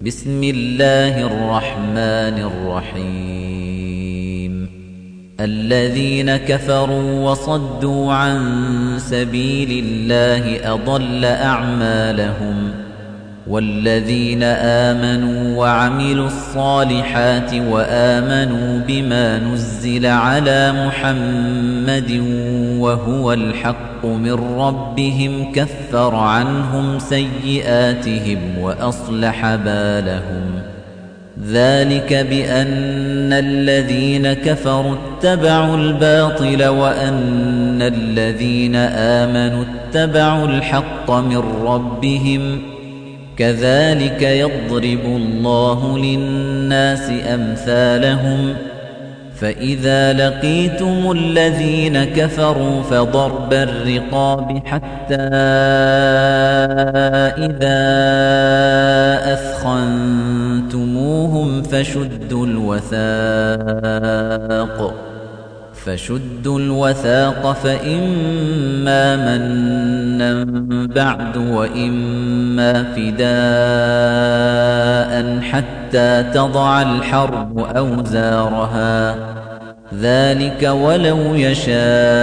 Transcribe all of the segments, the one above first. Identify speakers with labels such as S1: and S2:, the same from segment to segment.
S1: بسم الله الرحمن الرحيم الذين كفروا وصدوا عن سبيل الله أضل أعمالهم والذين آمنوا وعملوا الصالحات وآمنوا بما نزل على محمد وهو الحق من ربهم كفر عنهم سيئاتهم وأصلح بالهم ذلك بأن الذين كفروا اتبعوا الباطل وأن الذين آمنوا اتبعوا الحق من ربهم كذلك يضرب الله للناس أمثالهم فإذا لقيتم الذين كفروا فضرب الرقاب حتى إذا أثخنتموهم فشدوا الوثاق فإما منا بعد وإما فداء حتى تضع الحرب أوزارها ذلك ولو يشاء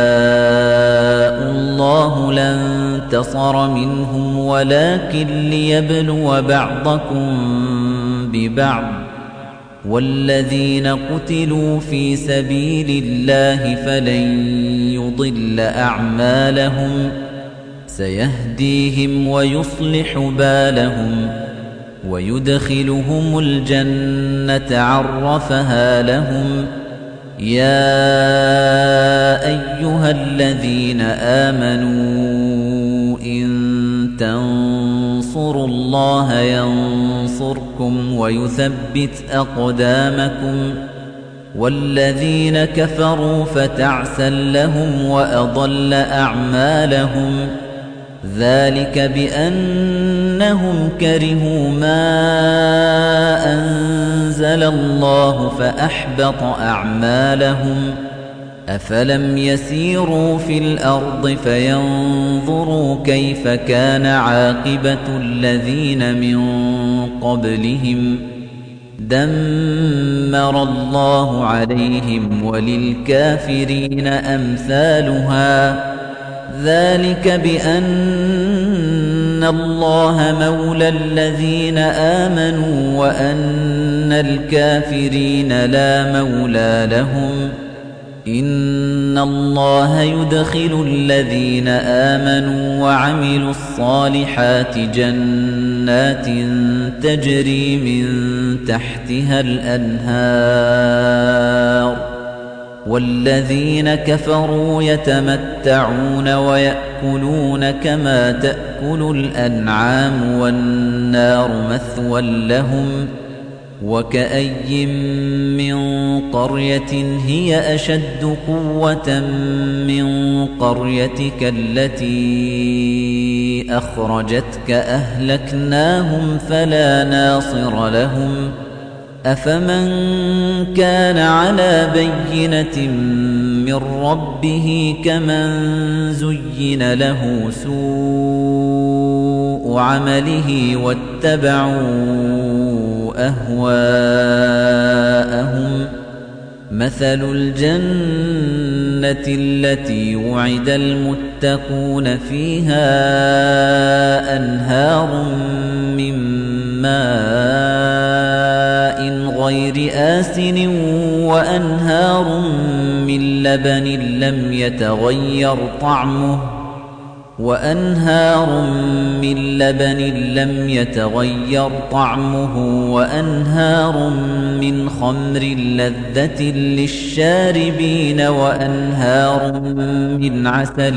S1: الله لانتصر منهم ولكن ليبلو بعضكم ببعض والذين قتلوا في سبيل الله فلن يضل أعمالهم سيهديهم ويصلح بالهم ويدخلهم الجنة عرفها لهم يا أيها الذين آمنوا إن تنصروا الله ينصركم ويثبت أقدامكم والذين كفروا فتعسا لهم وأضل أعمالهم ذلك بأنهم كرهوا ما أنزل الله فأحبط أعمالهم أفلم يسيروا في الأرض فينظروا كيف كان عاقبة الذين من قبلهم دمر الله عليهم وللكافرين أمثالها ذلك بأن الله مولى الذين آمنوا وأن الكافرين لا مولى لهم إن الله يدخل الذين آمنوا وعملوا الصالحات جنات تجري من تحتها الأنهار والذين كفروا يتمتعون ويأكلون كما تأكل الأنعام والنار مثوى لهم وكأي من قرية هي أشد قوة من قريتك التي أخرجتك أهلكناهم فلا ناصر لهم أفمن كان على بينة من ربه كمن زين له سوء عمله واتبعوا أهواءهم مثل الجنة التي وعد المتقون فيها أنهار من ماء غير آسن وأنهار من لبن لم يتغير طعمه وأنهار من خمر لذة للشاربين وأنهار من عسل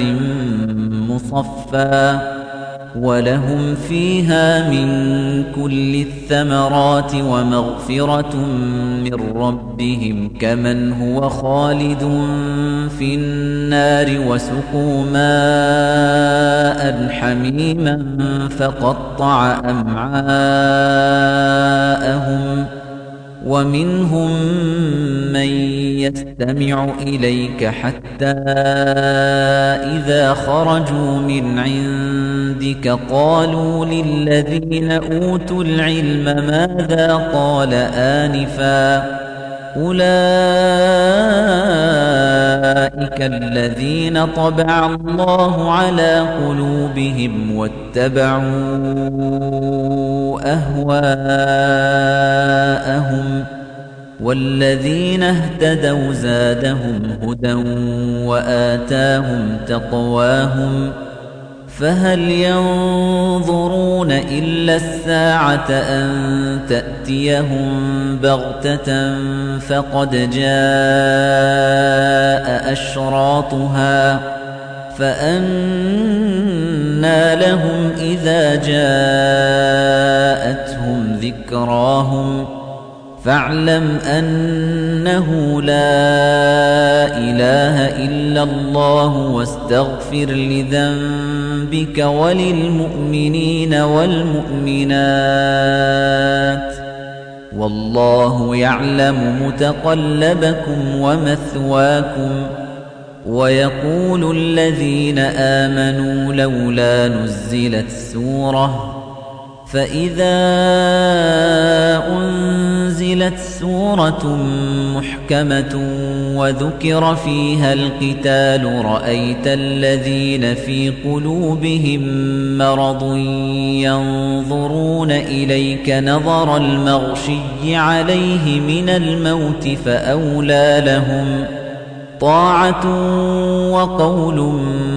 S1: مصفى ولهم فيها من كل الثمرات ومغفرة من ربهم كمن هو خالد في النار وسقوا ماء حميما فقطع أمعاءهم ومنهم من يستمع إليك حتى إذا خرجوا من عندك قالوا للذين أوتوا العلم ماذا قال آنفا أولئك الذين طبع الله على قلوبهم واتبعوا أهواءهم والذين اهتدوا زادهم هدى وآتاهم تقواهم فهل ينظرون إلا الساعة أن تأتيهم بغتة فقد جاء أشراطها فأنى لهم إذا جاءتهم ذكراهم فاعلم أنه لا إله إلا الله واستغفر لذنبك وللمؤمنين والمؤمنات والله يعلم متقلبكم ومثواكم ويقول الذين آمنوا لولا نزلت سورة فإذا أنزلت سورة محكمة وذكر فيها القتال رأيت الذين في قلوبهم مرض ينظرون إليك نظر المغشي عليه من الموت فأولى لهم طاعة وقول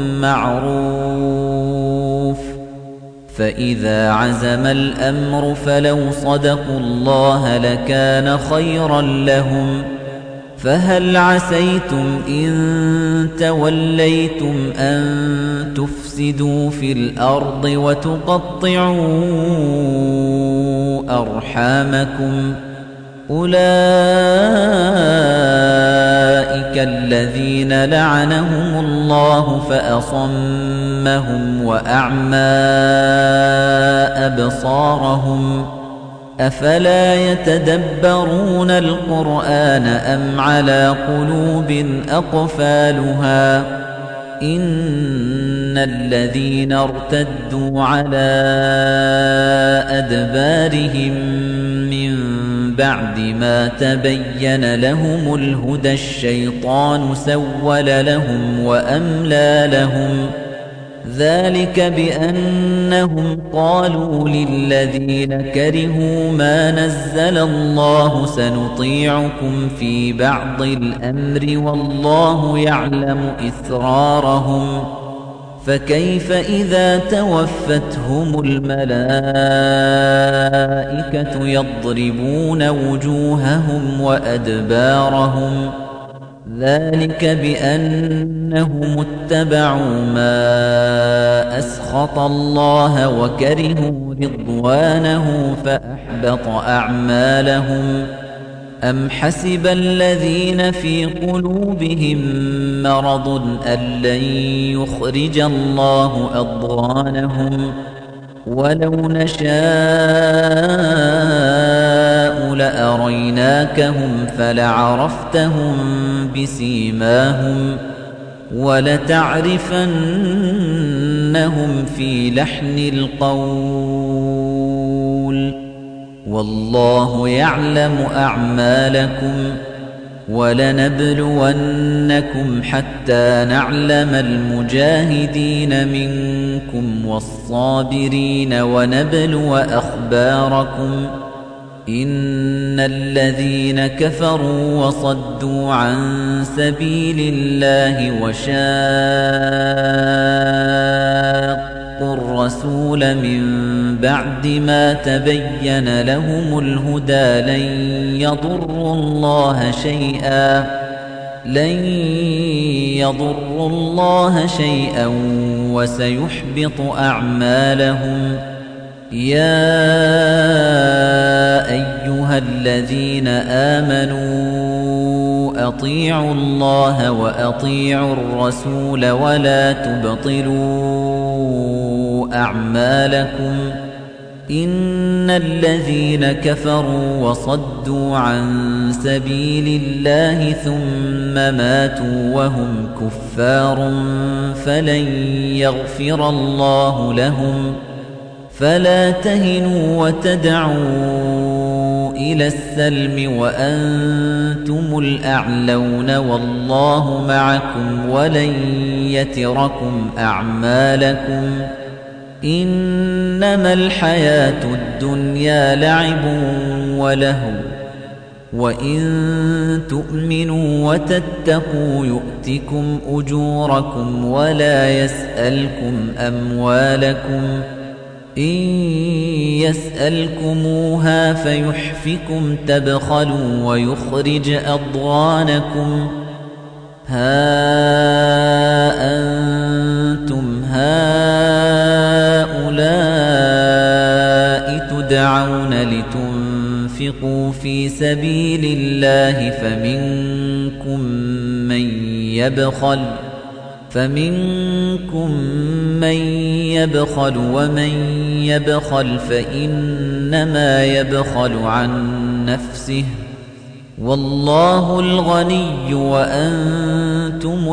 S1: معروف فإذا عزم الأمر فلو صدقوا الله لكان خيرا لهم فهل عسيتم إن توليتم أن تفسدوا في الأرض وتقطعوا أرحامكم أولئك الذين لعنهم الله فأصمهم وأعمى أبصارهم أفلا يتدبرون القرآن أم على قلوب أقفالها إن الذين ارتدوا على أدبارهم من بعد ما تبين لهم الهدى الشيطان سول لهم وأملى لهم ذلك بأنهم قالوا للذين كرهوا ما نزل الله سنطيعكم في بعض الأمر والله يعلم إسرارهم فكيف إذا توفتهم الملائكة يضربون وجوههم وأدبارهم ذلك بأنهم اتبعوا ما أسخط الله وكرهوا رضوانه فأحبط أعمالهم أم حسب الذين في قلوبهم مرض أن لن يخرج الله أضغانهم ولو نشاء لأريناكهم فلعرفتهم بسيماهم ولتعرفنهم في لحن القول والله يعلم أعمالكم ولنبلونكم حتى نعلم المجاهدين منكم والصابرين ونبلو أخباركم إن الذين كفروا وصدوا عن سبيل الله وشاقوا الرسول من بعد ما تبين لهم الهدى لن يضروا الله شيئا وسيحبط أعمالهم يا أيها الذين آمنوا أطيعوا الله وأطيعوا الرسول ولا تبطلوا أعمالكم إن الذين كفروا وصدوا عن سبيل الله ثم ماتوا وهم كفار فلن يغفر الله لهم فلا تهنوا وتدعوا إلى السلم وأنتم الأعلون والله معكم ولن يتركم أعمالكم إنما الحياة الدنيا لعب ولهو وإن تؤمنوا وتتقوا يؤتكم أجوركم ولا يسألكم أموالكم إن يسألكموها فيحفكم تبخلوا ويخرج أضغانكم ها أنتم هؤلاء تدعون لتنفقوا في سبيل الله فمنكم من يبخل ومن يبخل فإنما يبخل عن نفسه والله الغني وأنتم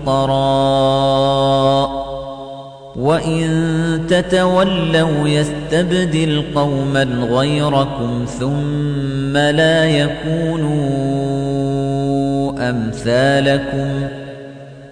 S1: الفقراء وإن تتولوا يستبدل قوما غيركم ثم لا يكونوا أمثالكم